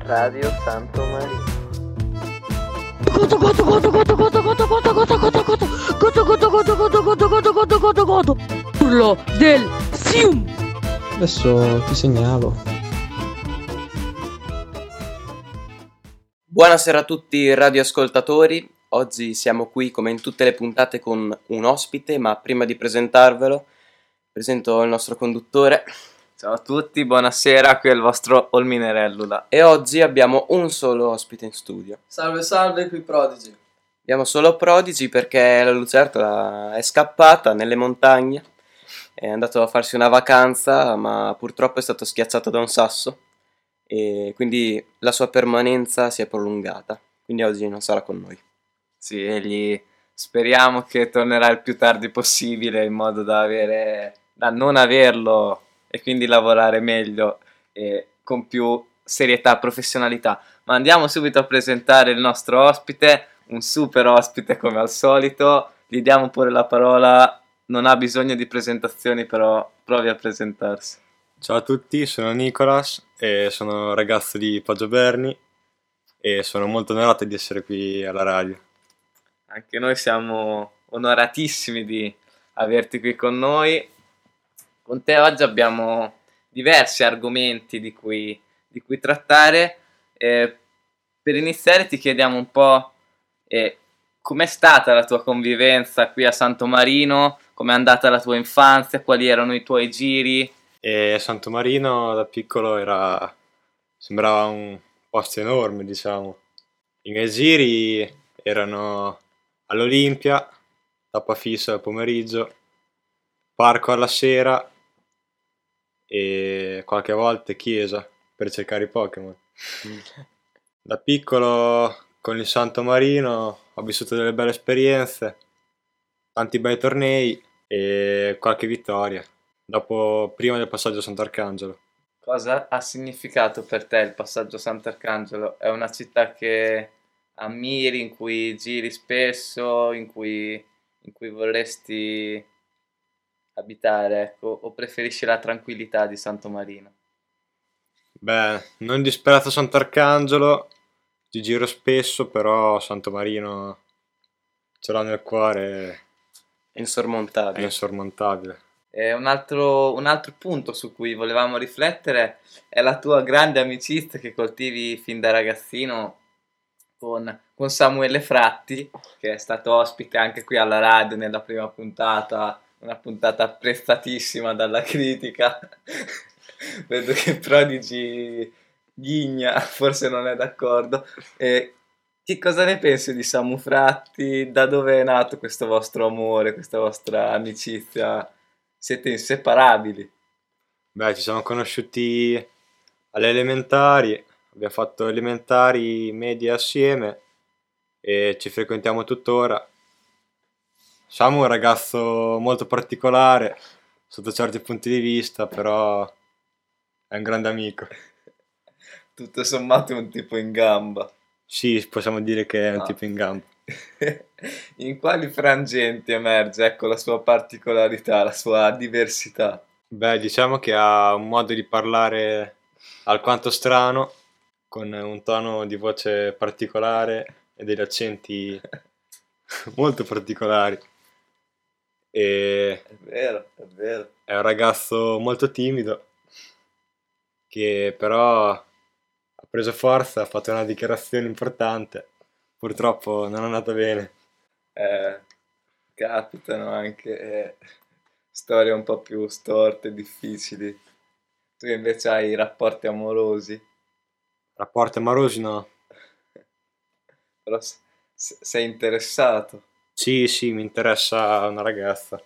Radio Santo Marino. Urlo del Sium. Adesso ti segnalo. Buonasera a tutti i radioascoltatori. Oggi siamo qui come in tutte le puntate con un ospite, ma prima di presentarvelo presento il nostro conduttore. Ciao a tutti, buonasera, qui è il vostro Olminerellula. E oggi abbiamo un solo ospite in studio. Salve salve, qui Prodigy. Abbiamo solo Prodigy perché la lucertola è scappata nelle montagne, è andato a farsi una vacanza, ma purtroppo è stato schiacciato da un sasso e quindi la sua permanenza si è prolungata, quindi oggi non sarà con noi. Sì, speriamo che tornerà il più tardi possibile in modo da non averlo e quindi lavorare meglio e con più serietà e professionalità. Ma andiamo subito a presentare il nostro ospite, un super ospite come al solito. Gli diamo pure la parola, non ha bisogno di presentazioni, però provi a presentarsi. Ciao a tutti, sono Nicolas e sono ragazzo di Poggio Berni e sono molto onorato di essere qui alla radio. Anche noi siamo onoratissimi di averti qui con noi. Con te oggi abbiamo diversi argomenti di cui trattare. Per iniziare ti chiediamo un po' com'è stata la tua convivenza qui a Santo Marino, com'è andata la tua infanzia, quali erano i tuoi giri. E Santo Marino da piccolo sembrava un posto enorme, diciamo. I miei giri erano all'Olimpia, tappa fissa al pomeriggio, parco alla sera e qualche volta chiesa per cercare i Pokémon. Da piccolo con il Santo Marino ho vissuto delle belle esperienze, tanti bei tornei e qualche vittoria. Prima del passaggio a Sant'Arcangelo. Cosa ha significato per te il passaggio Sant'Arcangelo? È una città che ammiri, in cui giri spesso, in cui vorresti abitare, ecco, o preferisci la tranquillità di Santo Marino? Beh, non disperato Sant'Arcangelo, ci giro spesso, però Santo Marino ce l'ho nel cuore, È insormontabile. è insormontabile. Un altro punto su cui volevamo riflettere è la tua grande amicizia che coltivi fin da ragazzino con Samuele Fratti, che è stato ospite anche qui alla radio nella prima puntata, una puntata apprezzatissima dalla critica. Vedo che Prodigy ghigna, forse non è d'accordo. Che cosa ne pensi di Samu Fratti? Da dove è nato questo vostro amore, questa vostra amicizia? Siete inseparabili. Beh, ci siamo conosciuti alle elementari, abbiamo fatto elementari, medie assieme e ci frequentiamo tuttora. Samu è un ragazzo molto particolare sotto certi punti di vista, però è un grande amico. Tutto sommato è un tipo in gamba. Sì, possiamo dire che è un tipo in gamba. In quali frangenti emerge, ecco, la sua particolarità, la sua diversità? Beh, diciamo che ha un modo di parlare alquanto strano, con un tono di voce particolare e degli accenti molto particolari. E È vero, è vero. è un ragazzo molto timido che però ha preso forza, ha fatto una dichiarazione importante. Purtroppo non è andata bene. Capitano anche storie un po' più storte, difficili. Tu invece hai rapporti amorosi, Rapporti amorosi no. però sei interessato. Sì, mi interessa una ragazza.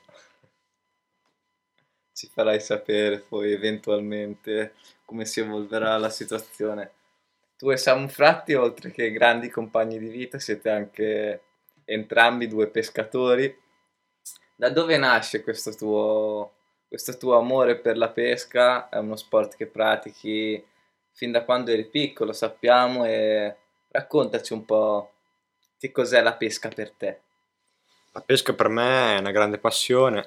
Ci farai sapere poi eventualmente come si evolverà la situazione. Tu e Samu Fratti, oltre che grandi compagni di vita, siete anche entrambi due pescatori. Da dove nasce questo tuo amore per la pesca? È uno sport che pratichi fin da quando eri piccolo, sappiamo, e raccontaci un po' che cos'è la pesca per te. La pesca per me è una grande passione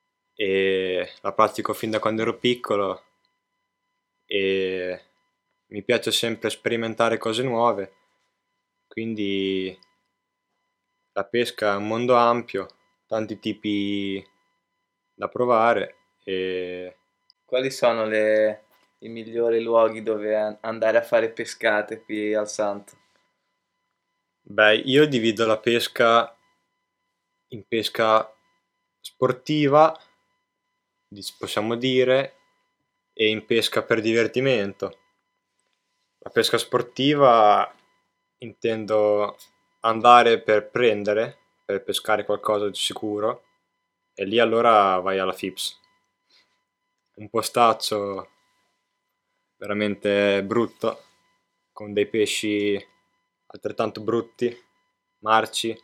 e la pratico fin da quando ero piccolo e mi piace sempre sperimentare cose nuove, quindi la pesca è un mondo ampio, tanti tipi da provare e Quali sono i migliori luoghi dove andare a fare pescate qui al Santo? beh, io divido la pesca in pesca sportiva, possiamo dire, e in pesca per divertimento. La pesca sportiva intendo andare per prendere, per pescare qualcosa di sicuro, e lì allora vai alla FIPS. Un postaccio veramente brutto, con dei pesci altrettanto brutti, marci,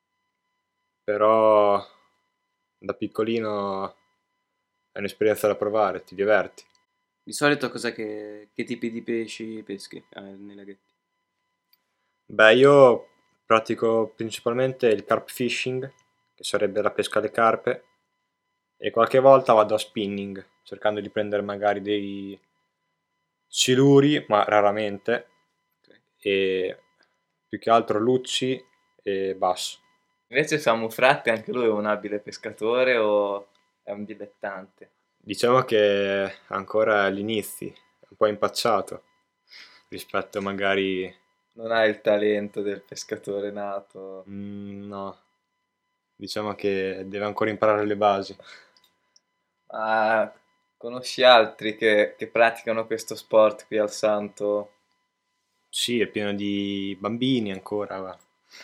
però da piccolino è un'esperienza da provare, ti diverti. Di solito che tipi di pesci peschi nei laghetti? Beh, io pratico principalmente il carp fishing, che sarebbe la pesca alle carpe, e qualche volta vado a spinning, cercando di prendere magari dei siluri, ma raramente, Ok. e più che altro lucci e basso. Invece Samu Fratti, anche lui è un abile pescatore o è un dilettante? Diciamo che ancora agli inizi, è un po' impacciato rispetto magari... Non ha il talento del pescatore nato. no, diciamo che deve ancora imparare le basi. Ma conosci altri che praticano questo sport qui al Santo? Sì, è pieno di bambini ancora, va.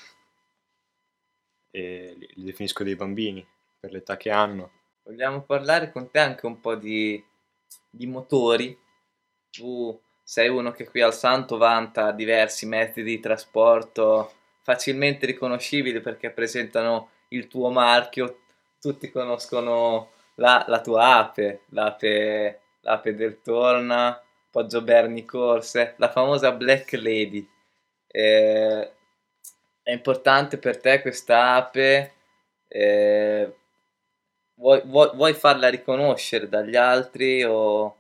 E li definisco dei bambini per l'età che hanno. Vogliamo parlare con te anche un po' di motori. Tu sei uno che qui al Santo vanta diversi mezzi di trasporto facilmente riconoscibili perché presentano il tuo marchio. Tutti conoscono la tua ape, l'ape del Torna, Poggio Berni Corse, la famosa Black Lady. Eh, è importante per te questa ape? Eh, vuoi farla riconoscere dagli altri o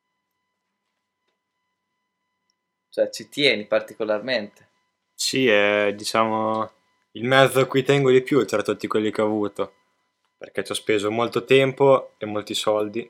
cioè ci tieni particolarmente? Sì, è diciamo il mezzo a cui tengo di più tra tutti quelli che ho avuto, perché ci ho speso molto tempo e molti soldi,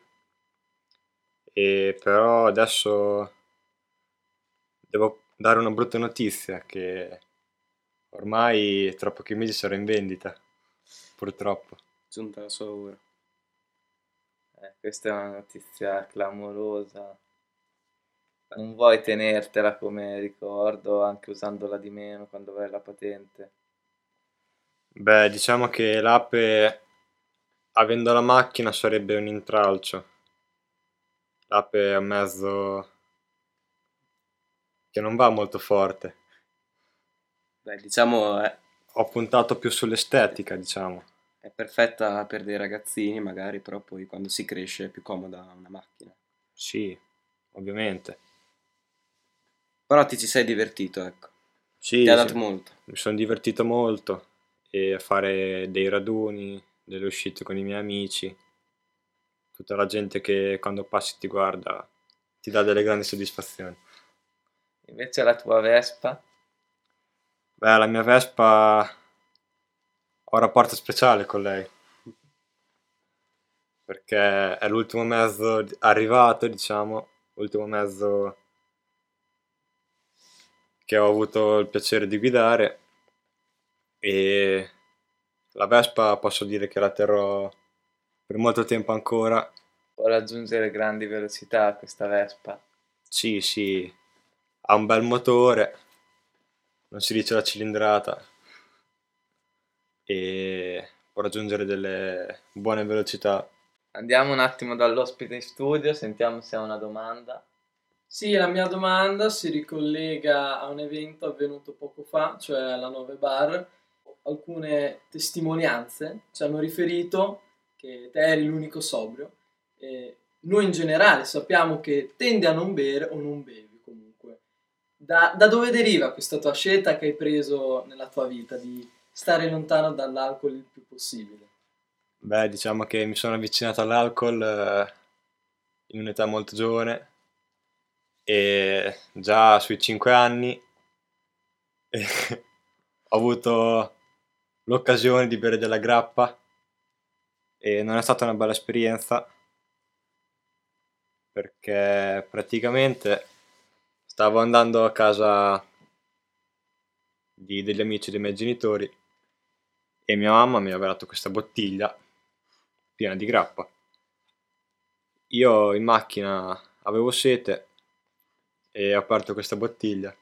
e però adesso devo dare una brutta notizia, che ormai tra pochi mesi sarò in vendita, purtroppo. Giunta la sua ora. Questa è una notizia clamorosa. Non vuoi tenertela come ricordo, anche usandola di meno quando avrai la patente. Beh, diciamo che l'ape, avendo la macchina, sarebbe un intralcio. L'ape è un mezzo che non va molto forte. Beh, diciamo Ho puntato più sull'estetica, diciamo. è perfetta per dei ragazzini, magari, però poi quando si cresce è più comoda una macchina. Sì, ovviamente. Però ti ci sei divertito, ecco. Ti Sì, ha sì, dato molto. mi sono divertito molto e a fare dei raduni, delle uscite con i miei amici, tutta la gente che quando passi ti guarda ti dà delle grandi soddisfazioni. Invece la tua Vespa, Beh, la mia Vespa ho un rapporto speciale con lei, perché è l'ultimo mezzo arrivato, diciamo, l'ultimo mezzo che ho avuto il piacere di guidare, e la Vespa posso dire che la terrò per molto tempo ancora. può raggiungere grandi velocità questa Vespa. Sì, sì, ha un bel motore, non si dice la cilindrata, e può raggiungere delle buone velocità. Andiamo un attimo dall'ospite in studio, sentiamo se ha una domanda. Sì, la mia domanda si ricollega a un evento avvenuto poco fa, cioè alla 9 Bar. Alcune testimonianze ci hanno riferito che te eri l'unico sobrio e noi in generale sappiamo che tendi a non bere o non bevi comunque. Da dove deriva questa tua scelta che hai preso nella tua vita di stare lontano dall'alcol il più possibile? Beh, diciamo che mi sono avvicinato all'alcol in un'età molto giovane, e già sui 5 anni ho avuto l'occasione di bere della grappa e non è stata una bella esperienza perché praticamente stavo andando a casa degli amici dei miei genitori e mia mamma mi aveva dato questa bottiglia piena di grappa. Io in macchina avevo sete e ho aperto questa bottiglia.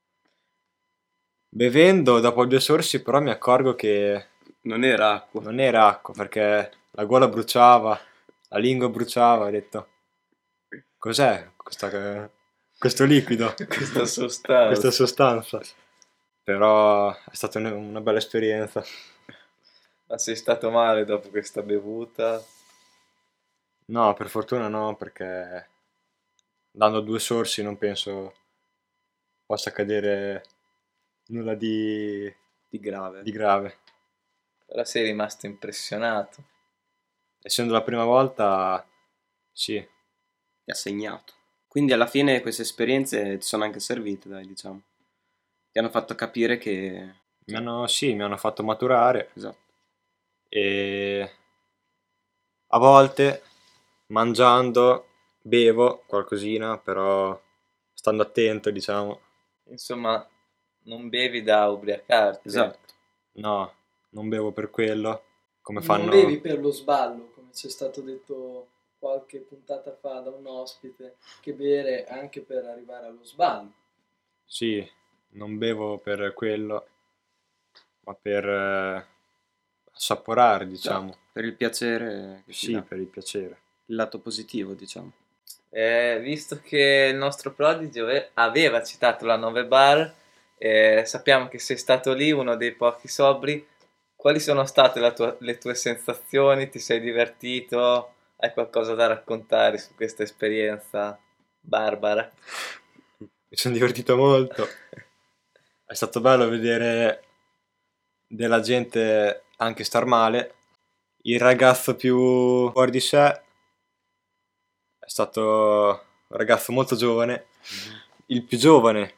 Bevendo, dopo 2 sorsi, però mi accorgo che Non era acqua. non era acqua perché la gola bruciava, la lingua bruciava. Ho detto, cos'è questo liquido, Questa sostanza. questa sostanza? Però è stata una bella esperienza. Ma sei stato male dopo questa bevuta? No, per fortuna no, perché dando 2 sorsi non penso possa accadere nulla Di grave. di grave. Però sei rimasto impressionato. Essendo la prima volta, sì, Ti ha segnato. Quindi alla fine queste esperienze ti sono anche servite, dai, diciamo. Ti hanno fatto capire che... mi hanno fatto maturare Esatto. e a volte mangiando bevo qualcosina, però stando attento, diciamo. Insomma, non bevi da ubriacarti. Esatto. No, non bevo per quello, come Non fanno... bevi per lo sballo, come ci è stato detto qualche puntata fa da un ospite, che bere anche per arrivare allo sballo. Sì, non bevo per quello, ma per assaporare, diciamo. Esatto. Per il piacere che si Sì, dà. per il piacere. Il lato positivo, diciamo. Visto che il nostro prodigio aveva citato la 9 bar, sappiamo che sei stato lì, uno dei pochi sobri. Quali sono state le tue sensazioni? Ti sei divertito? Hai qualcosa da raccontare su questa esperienza barbara? Mi sono divertito molto. È stato bello vedere della gente anche star male. Il ragazzo più fuori di sé è stato un ragazzo molto giovane, il più giovane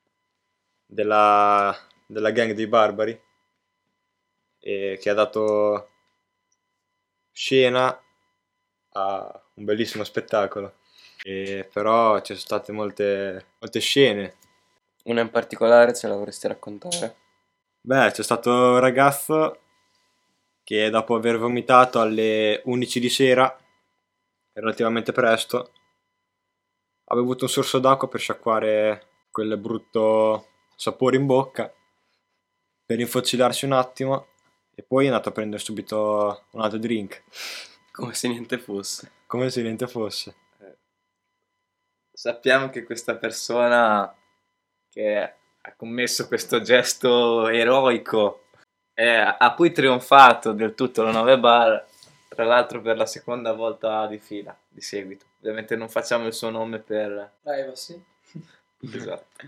della gang dei barbari, e che ha dato scena a un bellissimo spettacolo. E però ci sono state molte scene. Una in particolare ce la vorresti raccontare? Beh, c'è stato un ragazzo che dopo aver vomitato alle 11 di sera, relativamente presto, ha bevuto un sorso d'acqua per sciacquare quel brutto sapore in bocca, per infocillarsi un attimo e poi è andato a prendere subito un altro drink, Come se niente fosse. come se niente fosse. Sappiamo che questa persona che ha commesso questo gesto eroico ha poi trionfato del tutto la 9 bar, tra l'altro per la seconda volta di fila, di seguito. Ovviamente non facciamo il suo nome per... Privacy. Esatto.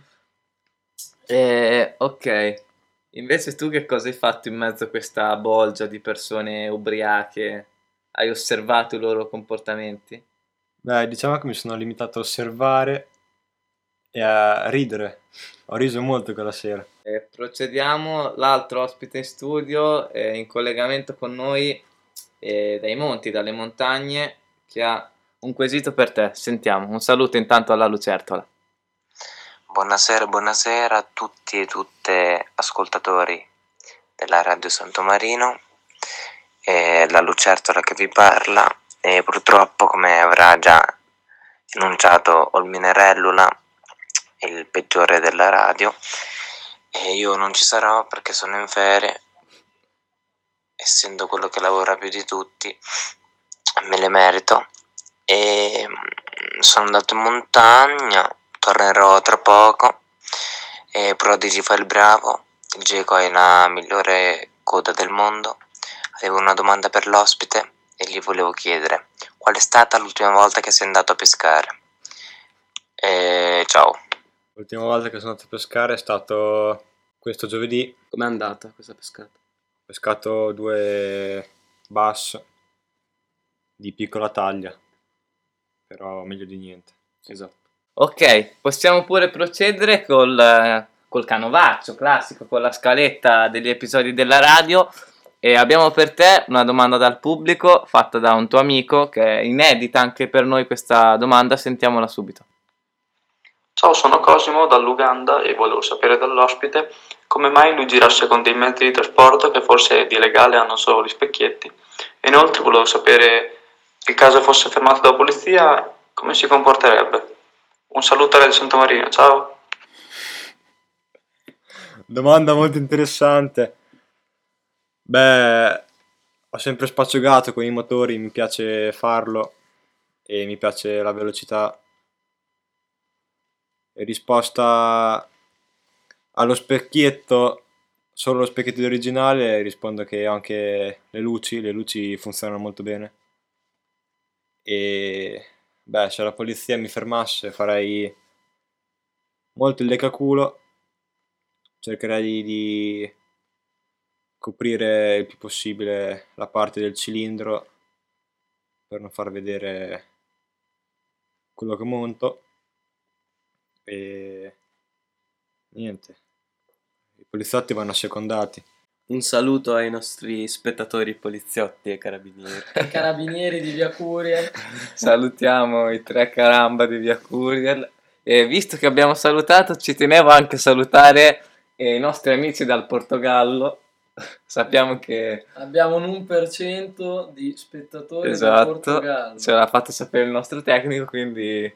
Ok, invece tu che cosa hai fatto in mezzo a questa bolgia di persone ubriache? Hai osservato i loro comportamenti? Beh, diciamo che mi sono limitato a osservare e a ridere. Ho riso molto quella sera. Procediamo, l'altro ospite in studio è in collegamento con noi dai monti, dalle montagne, che ha un quesito per te. Sentiamo, un saluto intanto alla Lucertola. Buonasera a tutti e tutte ascoltatori della Radio Santo Marino, la Lucertola che vi parla, e purtroppo, come avrà già enunciato Olminerellula, il peggiore della radio, e io non ci sarò perché sono in ferie, essendo quello che lavora più di tutti, me le merito, e sono andato in montagna, tornerò tra poco, e Prodigy fa il bravo, il Geco è la migliore coda del mondo. Avevo una domanda per l'ospite e gli volevo chiedere: qual è stata l'ultima volta che sei andato a pescare? Ciao. L'ultima volta che sono andato a pescare è stato questo giovedì. Com'è andata questa pescata? Ho pescato 2 bass di piccola taglia, però meglio di niente. Esatto. Ok, possiamo pure procedere col canovaccio classico, con la scaletta degli episodi della radio. E abbiamo per te una domanda dal pubblico fatta da un tuo amico, che è inedita anche per noi questa domanda, sentiamola subito. Ciao, sono Cosimo dall'Uganda e volevo sapere dall'ospite come mai lui girasse con dei mezzi di trasporto che forse di legale hanno solo gli specchietti. E inoltre volevo sapere, in caso fosse fermato dalla polizia, come si comporterebbe. Un saluto a Radio Santo Marino, ciao! Domanda molto interessante. Beh, ho sempre spaziogato con i motori, mi piace farlo e mi piace la velocità. In risposta allo specchietto, solo lo specchietto originale, rispondo che anche le luci funzionano molto bene. E beh, se la polizia mi fermasse farei molto il lecaculo, cercherei di coprire il più possibile la parte del cilindro per non far vedere quello che monto e niente, i poliziotti vanno assecondati. Un saluto ai nostri spettatori poliziotti e carabinieri. I carabinieri di Via Curiel. Salutiamo i 3 caramba di Via Curiel. E visto che abbiamo salutato, ci tenevo anche a salutare i nostri amici dal Portogallo. Sappiamo che Abbiamo un 1% di spettatori del esatto, Portogallo. ce l'ha fatto sapere il nostro tecnico, quindi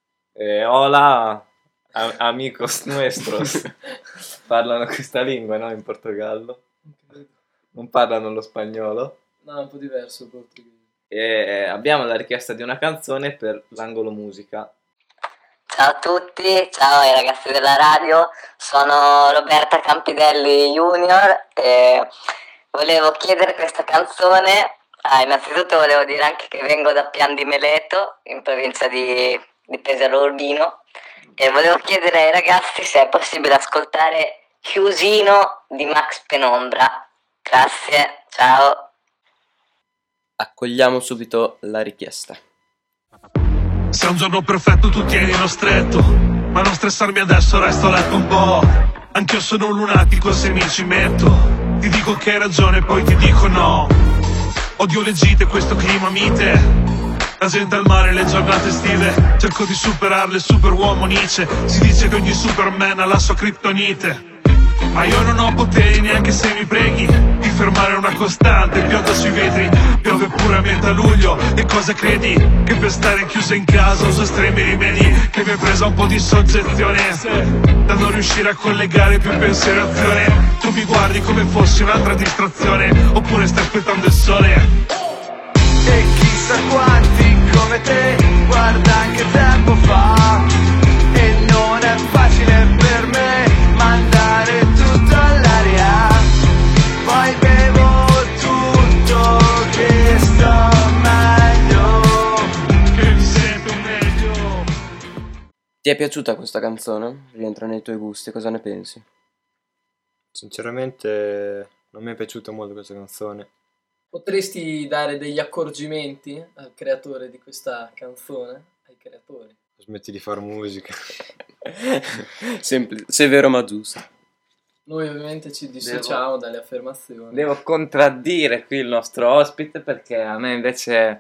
hola amigos nuestros. Parlano questa lingua, no? In Portogallo. Non parlano lo spagnolo. No, è un po' diverso il portoghese. E abbiamo la richiesta di una canzone per l'angolo musica. Ciao a tutti, ciao ai ragazzi della radio, sono Roberta Campidelli Junior e volevo chiedere questa canzone. Innanzitutto volevo dire anche che vengo da Pian di Meleto, in provincia di Pesaro Urbino, e volevo chiedere ai ragazzi se è possibile ascoltare Chiusino di Max Penombra. Grazie, ciao. Accogliamo subito la richiesta. Se è un giorno perfetto tu tienilo stretto, ma non stressarmi adesso, resto a letto un po'. Anch'io sono un lunatico se mi ci metto. Ti dico che hai ragione poi ti dico no. Odio le gite, questo clima mite. La gente al mare, le giornate estive. Cerco di superarle, superuomo Nietzsche. Si dice che ogni Superman ha la sua criptonite. Ma io non ho poteri neanche se mi preghi di fermare una costante, pioggia sui vetri, piove pure a metà luglio. E cosa credi? Che per stare chiuso in casa uso estremi rimedi, che mi è presa un po' di soggezione da non riuscire a collegare più pensiero e azione. Tu mi guardi come fossi un'altra distrazione, oppure stai aspettando il sole. E chissà quanti come te, guarda anche tempo fa. E non è facile per me mandare tutto all'aria. Poi bevo tutto che sto meglio, che mi sento meglio. Ti è piaciuta questa canzone? Rientra nei tuoi gusti, cosa ne pensi? Sinceramente non mi è piaciuta molto questa canzone. Potresti dare degli accorgimenti al creatore di questa canzone? Ai creatori? Smetti di fare musica. Semplice, severo ma giusto. Noi ovviamente ci dissociamo dalle affermazioni. Devo contraddire qui il nostro ospite, perché a me invece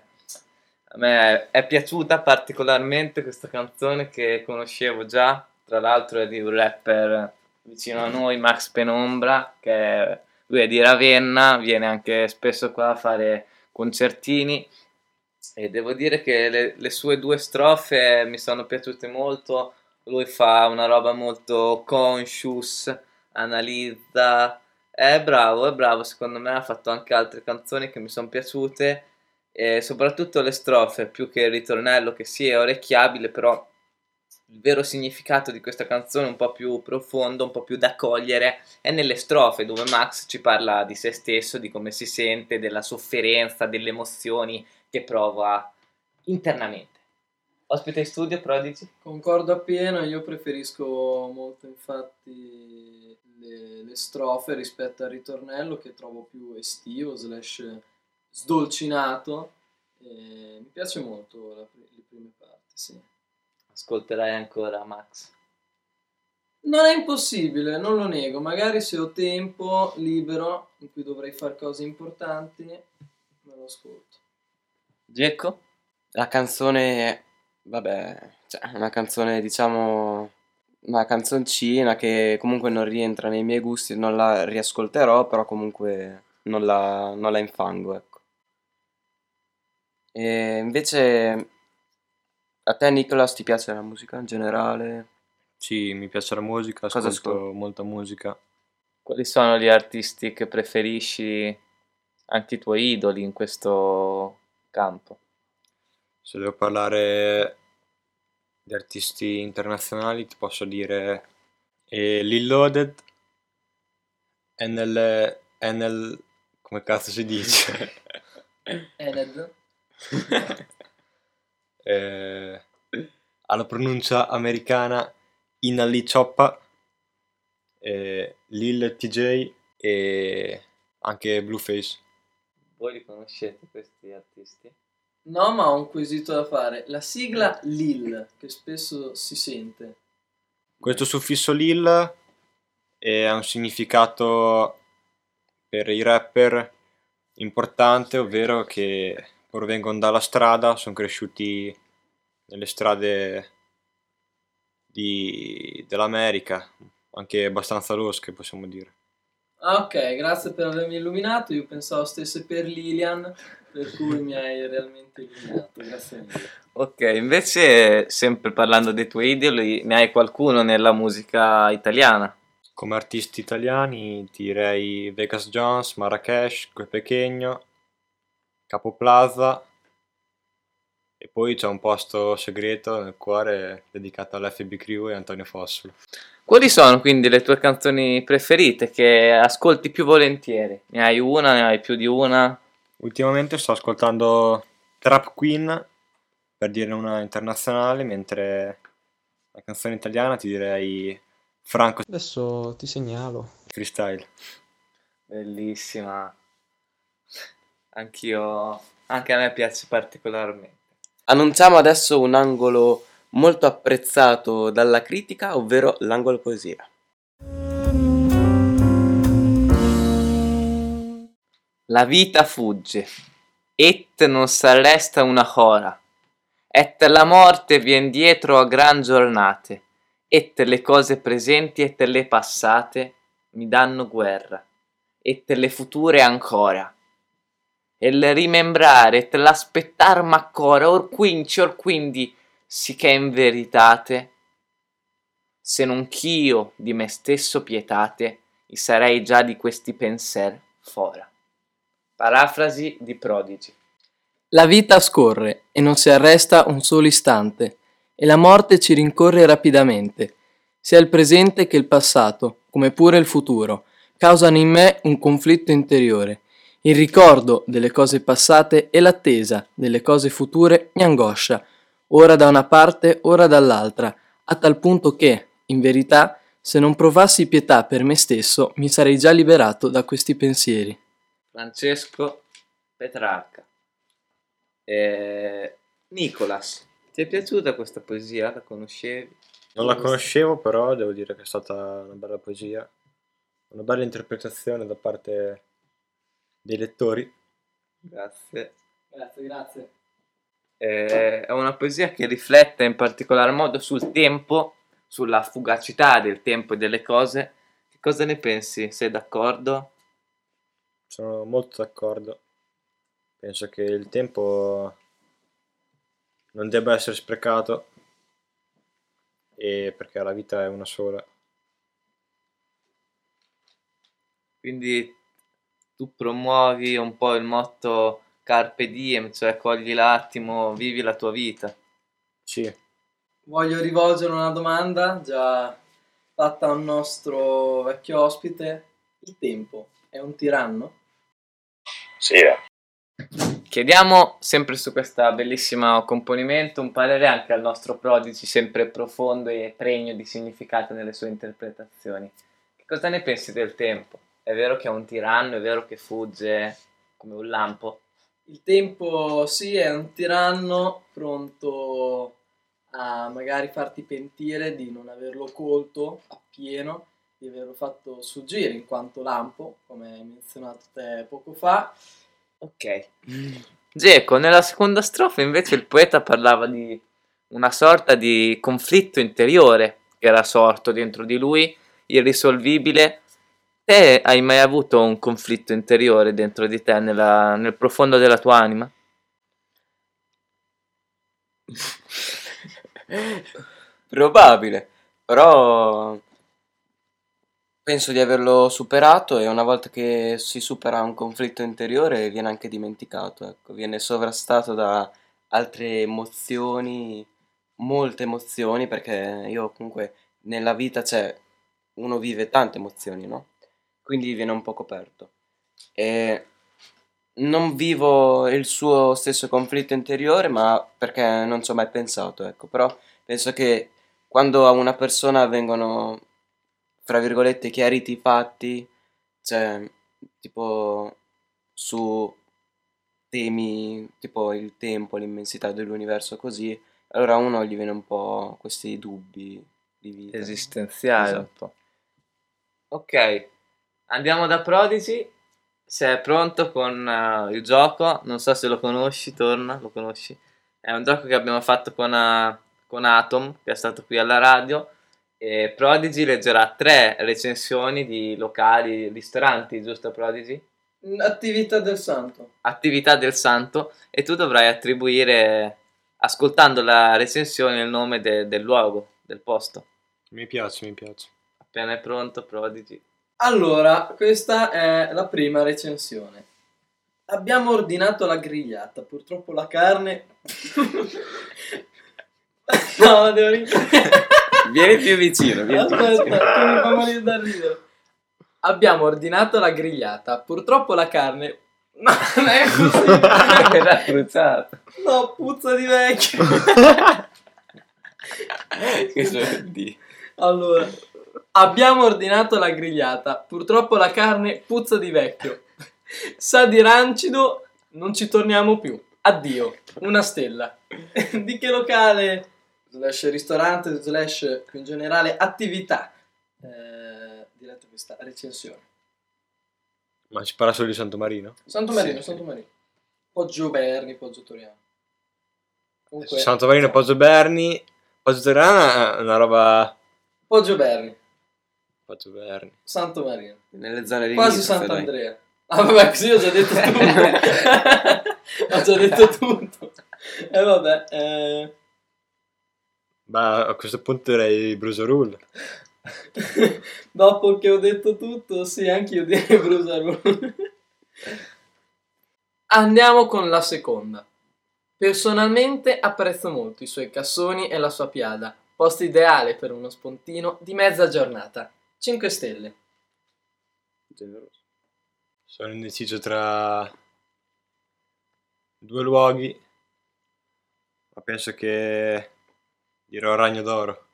è piaciuta particolarmente questa canzone, che conoscevo già, tra l'altro è di un rapper vicino a noi, Max Penombra, che lui è di Ravenna, viene anche spesso qua a fare concertini, e devo dire che le sue 2 strofe mi sono piaciute molto. Lui fa una roba molto conscious, analizza, è bravo, secondo me ha fatto anche altre canzoni che mi sono piaciute, e soprattutto le strofe, più che il ritornello, che sì è orecchiabile, però il vero significato di questa canzone, un po' più profondo, un po' più da cogliere, è nelle strofe, dove Max ci parla di se stesso, di come si sente, della sofferenza, delle emozioni che prova internamente. Ospite in studio, Prodigy? Concordo appieno, io preferisco molto infatti le strofe rispetto al ritornello, che trovo più estivo, / sdolcinato, e mi piace molto le prime parti, sì. ascolterai ancora Max? Non è impossibile, non lo nego, magari se ho tempo libero in cui dovrei fare cose importanti, me lo ascolto. Gecko? La canzone, vabbè, cioè, una canzone, diciamo, una canzoncina che comunque non rientra nei miei gusti, non la riascolterò, però comunque non la infango, ecco. E invece, a te, Nicolas, ti piace la musica in generale? Sì, mi piace la musica, Cosa ascolto ascolti? molta musica. Quali sono gli artisti che preferisci, anche i tuoi idoli in questo campo? Se devo parlare di artisti internazionali ti posso dire Lil Loaded, come cazzo si dice? Ened? Alla pronuncia americana Inali Choppa, Lil TJ e anche Blueface. Voi li conoscete questi artisti? No, ma ho un quesito da fare. La sigla Lil, che spesso si sente. Questo suffisso Lil ha un significato per i rapper importante, ovvero che provengono dalla strada, sono cresciuti nelle strade dell'America, anche abbastanza losche possiamo dire. Ah, ok, grazie per avermi illuminato. Io pensavo stesse per Lilian, per cui mi hai realmente illuminato. Grazie mille. Ok, invece, sempre parlando dei tuoi idoli, ne hai qualcuno nella musica italiana? Come artisti italiani ti direi Vegas Jones, Marrakesh, Gue Pequeno, Capo Plaza e poi c'è un posto segreto nel cuore dedicato all'FB Crew e Antonio Fossolo. Quali sono quindi le tue canzoni preferite che ascolti più volentieri? Ne hai una, ne hai più di una? Ultimamente sto ascoltando Trap Queen, per dire una internazionale, mentre la canzone italiana ti direi Franco Adesso ti segnalo. Freestyle. Bellissima. Anch'io, anche a me piace particolarmente. Annunciamo adesso un angolo molto apprezzato dalla critica, ovvero l'angolo poesia. La vita fugge, et non s'arresta una hora, et la morte vien dietro a gran giornate, et le cose presenti et le passate mi danno guerra, et le future ancora. E il rimembrare et l'aspettar m'accora, or quindi, sì che in veritate, se non ch'io di me stesso pietate, i sarei già di questi penser fora. Parafrasi di Prodigy. La vita scorre e non si arresta un solo istante, e la morte ci rincorre rapidamente. Sia il presente che il passato, come pure il futuro, causano in me un conflitto interiore. Il ricordo delle cose passate e l'attesa delle cose future mi angoscia, ora da una parte, ora dall'altra, a tal punto che, in verità, se non provassi pietà per me stesso, mi sarei già liberato da questi pensieri. Francesco Petrarca. Nicolas, ti è piaciuta questa poesia? La conoscevi? Non la conoscevo, però devo dire che è stata una bella poesia, una bella interpretazione da parte dei lettori. Grazie. Grazie. È una poesia che riflette in particolar modo sul tempo, sulla fugacità del tempo e delle cose. Che cosa ne pensi? Sei d'accordo? Sono molto d'accordo. Penso che il tempo non debba essere sprecato, e perché la vita è una sola. Quindi tu promuovi un po' il motto Carpe Diem, cioè cogli l'attimo, vivi la tua vita. Sì. Voglio rivolgere una domanda già fatta a un nostro vecchio ospite. Il tempo è un tiranno? Sì, Chiediamo sempre su questo bellissimo componimento un parere anche al nostro Prodigy, sempre profondo e pregno di significato nelle sue interpretazioni. Che cosa ne pensi del tempo? È vero che è un tiranno, è vero che fugge come un lampo? Il tempo sì, è un tiranno pronto a magari farti pentire di non averlo colto appieno, di averlo fatto sfuggire in quanto lampo, come hai menzionato te poco fa. Ok. Geco, nella seconda strofa invece il poeta parlava di una sorta di conflitto interiore che era sorto dentro di lui, irrisolvibile. Te hai mai avuto un conflitto interiore dentro di te, nel profondo della tua anima? Probabile, però penso di averlo superato e una volta che si supera un conflitto interiore viene anche dimenticato, ecco, viene sovrastato da altre emozioni, molte emozioni, perché io comunque nella vita uno vive tante emozioni, no? Quindi viene un po' coperto. E non vivo il suo stesso conflitto interiore, ma perché non ci ho mai pensato, ecco, però penso che quando a una persona vengono, fra virgolette, chiariti i fatti, cioè, tipo, su temi, tipo il tempo, l'immensità dell'universo, così, allora a uno gli viene un po' questi dubbi di vita. Esistenziale un Esatto. po'. Ok, andiamo da Prodigy. Se è pronto con il gioco, non so se lo conosci, torna, lo conosci? È un gioco che abbiamo fatto con Atom, che è stato qui alla radio, e Prodigy leggerà 3 recensioni di locali, ristoranti, giusto Prodigy? Attività del santo. Attività del santo, e tu dovrai attribuire, ascoltando la recensione, il nome del luogo, del posto. Mi piace. Appena è pronto, Prodigy. Allora, questa è la prima recensione. Abbiamo ordinato la grigliata, purtroppo la carne... No, devo Vieni più vicino, vieni più Aspetta, vicino. che mi fa morire da ridere. Abbiamo ordinato la grigliata, purtroppo la carne... No, non è così. Era bruciato. No, puzza di vecchio. Questo è di... Allora, abbiamo ordinato la grigliata, purtroppo la carne puzza di vecchio. Sa di rancido, non ci torniamo più. Addio, una stella. Di che locale, slash ristorante, slash più in generale attività, diretta questa recensione? Ma si parla solo di Santo Marino? Santo Marino, Sì. Santo Marino. Poggio Berni, Poggio Toriano. Comunque, Santo Marino, Poggio Berni. Poggio Toriano è una roba... Poggio Berni, Poggio Berni. Santo Marino. Nelle zone Quasi limitrofe, dai. Sant'Andrea. Ah vabbè, così ho già detto tutto. Ho già detto tutto. E vabbè, Ma a questo punto direi Bruserul. dopo che ho detto tutto, sì, anche io direi Brusaru. Andiamo con la seconda. Personalmente apprezzo molto i suoi cassoni e la sua piada. Posto ideale per uno spuntino di mezza giornata. 5 stelle. Generoso. Sono indeciso tra 2 luoghi, ma penso che dirò Ragno d'Oro.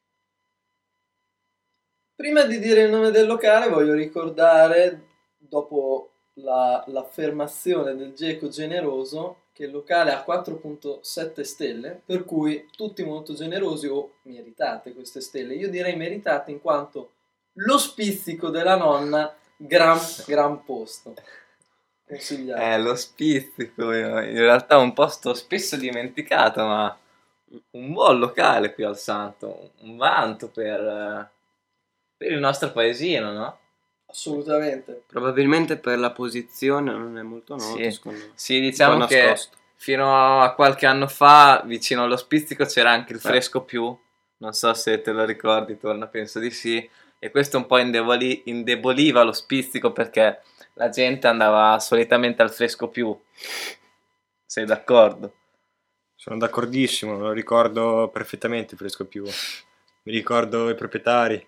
Prima di dire il nome del locale voglio ricordare, dopo l'affermazione del Geco generoso, che il locale ha 4.7 stelle, per cui tutti molto generosi o meritate queste stelle. Io direi meritate in quanto lo spizzico della nonna, gran posto. Consigliato. Lo spizzico, in realtà è un posto spesso dimenticato, ma un buon locale qui al Santo, un vanto per il nostro paesino, no? Assolutamente. Probabilmente per la posizione non è molto noto, Sì. secondo me. Sì, diciamo Un po' che nascosto. fino a qualche anno fa, vicino allo Spizzico, c'era anche il Fresco Più, non so se te lo ricordi, torna, penso di sì, e questo un po' indeboliva lo Spizzico perché la gente andava solitamente al Fresco Più. Sei d'accordo? Sono d'accordissimo, lo ricordo perfettamente il Fresco Più. Mi ricordo i proprietari.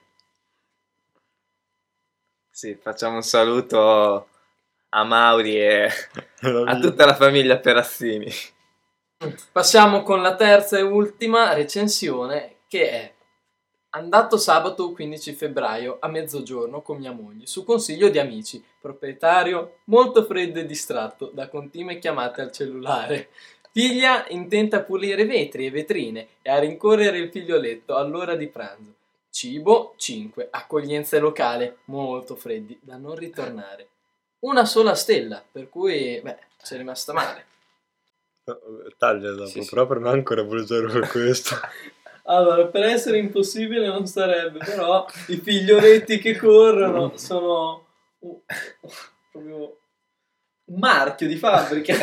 Sì, facciamo un saluto a Mauri e a tutta la famiglia Perassini. Passiamo con la terza e ultima recensione, che è: andato sabato 15 febbraio a mezzogiorno con mia moglie, su consiglio di amici, proprietario molto freddo e distratto da continue chiamate al cellulare. Figlia intenta a pulire vetri e vetrine e a rincorrere il figlioletto all'ora di pranzo. Cibo 5. Accoglienza locale, molto freddi, da non ritornare. Una sola stella, per cui, c'è rimasta male. Taglia dopo, Sì, sì. però per me ancora bruciare per questo. Allora, per essere impossibile non sarebbe, però i figlioletti che corrono sono proprio un marchio di fabbrica.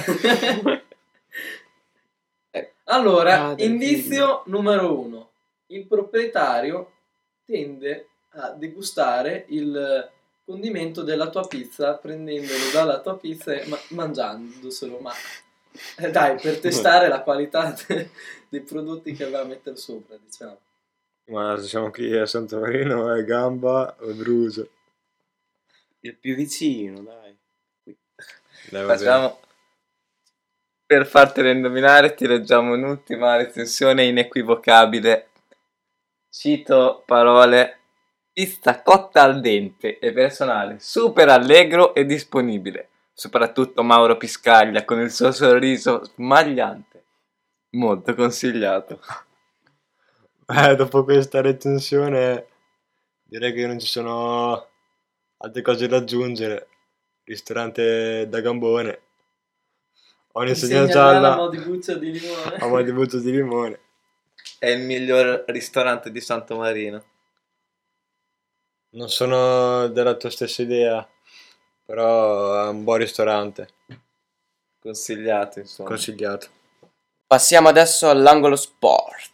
Allora, indizio numero 1. Il proprietario tende a degustare il condimento della tua pizza prendendolo dalla tua pizza e mangiandoselo, ma dai, per testare la qualità dei prodotti che va a mettere sopra, diciamo. Ma se siamo qui a Santo Marino è gamba o brucia? Il più vicino, dai. Dai, va bene. Facciamo... Per fartelo indovinare ti leggiamo un'ultima recensione inequivocabile. Cito parole: pizza cotta al dente e personale super allegro e disponibile. Soprattutto Mauro Piscaglia con il suo sorriso smagliante. Molto consigliato. Dopo questa recensione direi che non ci sono altre cose da aggiungere. Ristorante da gambone. Ho un'insegna gialla. A mo' di buccia di limone. A mo' di buccia di limone. È il miglior ristorante di Santo Marino. Non sono della tua stessa idea, però è un buon ristorante. Consigliato, insomma. Consigliato. Passiamo adesso all'angolo sport.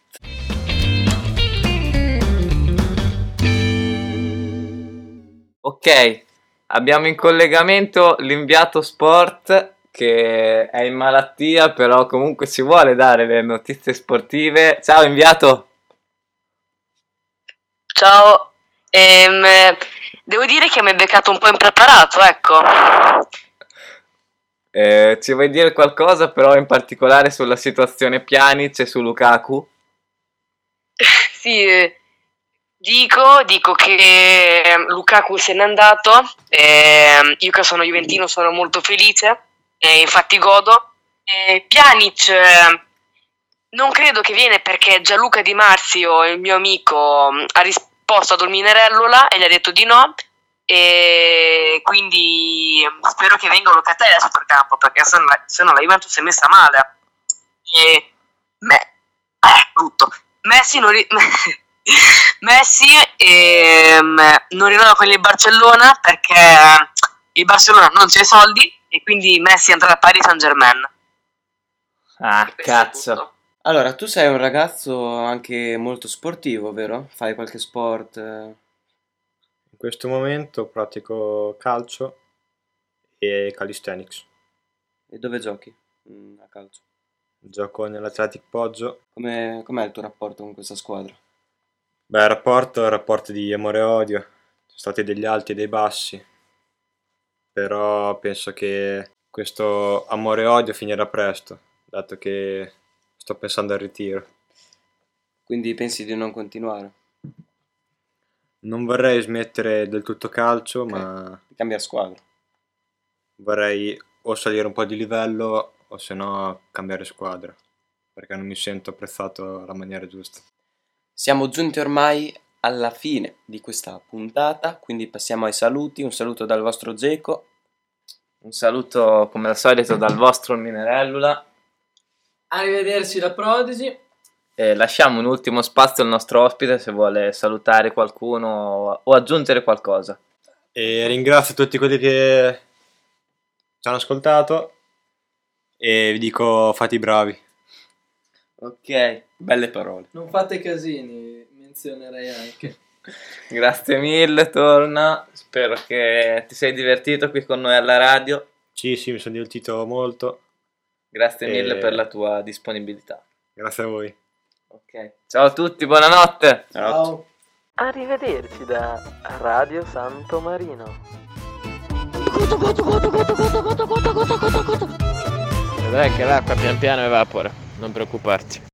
Ok, abbiamo in collegamento l'inviato sport che è in malattia, però comunque si vuole dare le notizie sportive. Ciao inviato! Ciao, devo dire che mi hai beccato un po' impreparato, ecco. Ci vuoi dire qualcosa però in particolare sulla situazione Pjanic e su Lukaku? Sì, dico che Lukaku se n'è andato, io che sono juventino sono molto felice, e infatti godo. Pjanic non credo che viene perché Gianluca Di Marzio, il mio amico, ha risposto ad Olminerellola e gli ha detto di no, e quindi spero che venga Locatelli a centrocampo perché se no la Juventus si è messa male. E brutto. Messi non rinnova con il Barcellona perché il Barcellona non c'ha i soldi e quindi Messi andrà al Paris Saint-Germain. Ah, cazzo. Allora, tu sei un ragazzo anche molto sportivo, vero? Fai qualche sport? In questo momento pratico calcio e calisthenics. E dove giochi a calcio? Gioco nell'Athletic Poggio. Com'è il tuo rapporto con questa squadra? Beh, il rapporto di amore e odio. Ci sono stati degli alti e dei bassi. Però penso che questo amore e odio finirà presto, dato che sto pensando al ritiro. Quindi pensi di non continuare? Non vorrei smettere del tutto calcio, Ok. ma Di cambiare squadra? vorrei o salire un po' di livello o se no cambiare squadra, perché non mi sento apprezzato alla maniera giusta. Siamo giunti ormai alla fine di questa puntata, quindi passiamo ai saluti. Un saluto dal vostro Geco. Un saluto come al solito dal vostro Olminerellola. Arrivederci da Prodigy. Lasciamo un ultimo spazio al nostro ospite se vuole salutare qualcuno o aggiungere qualcosa. E ringrazio tutti quelli che ci hanno ascoltato e vi dico fate i bravi. Ok, belle parole. Non fate casini, menzionerei anche. Grazie mille, torna. Spero che ti sei divertito qui con noi alla radio. Sì, mi sono divertito molto. Grazie mille per la tua disponibilità. Grazie a voi. Ok. Ciao a tutti, buonanotte. Ciao. Arrivederci da Radio Santo Marino. Vedrai che l'acqua pian piano evapora, non preoccuparti.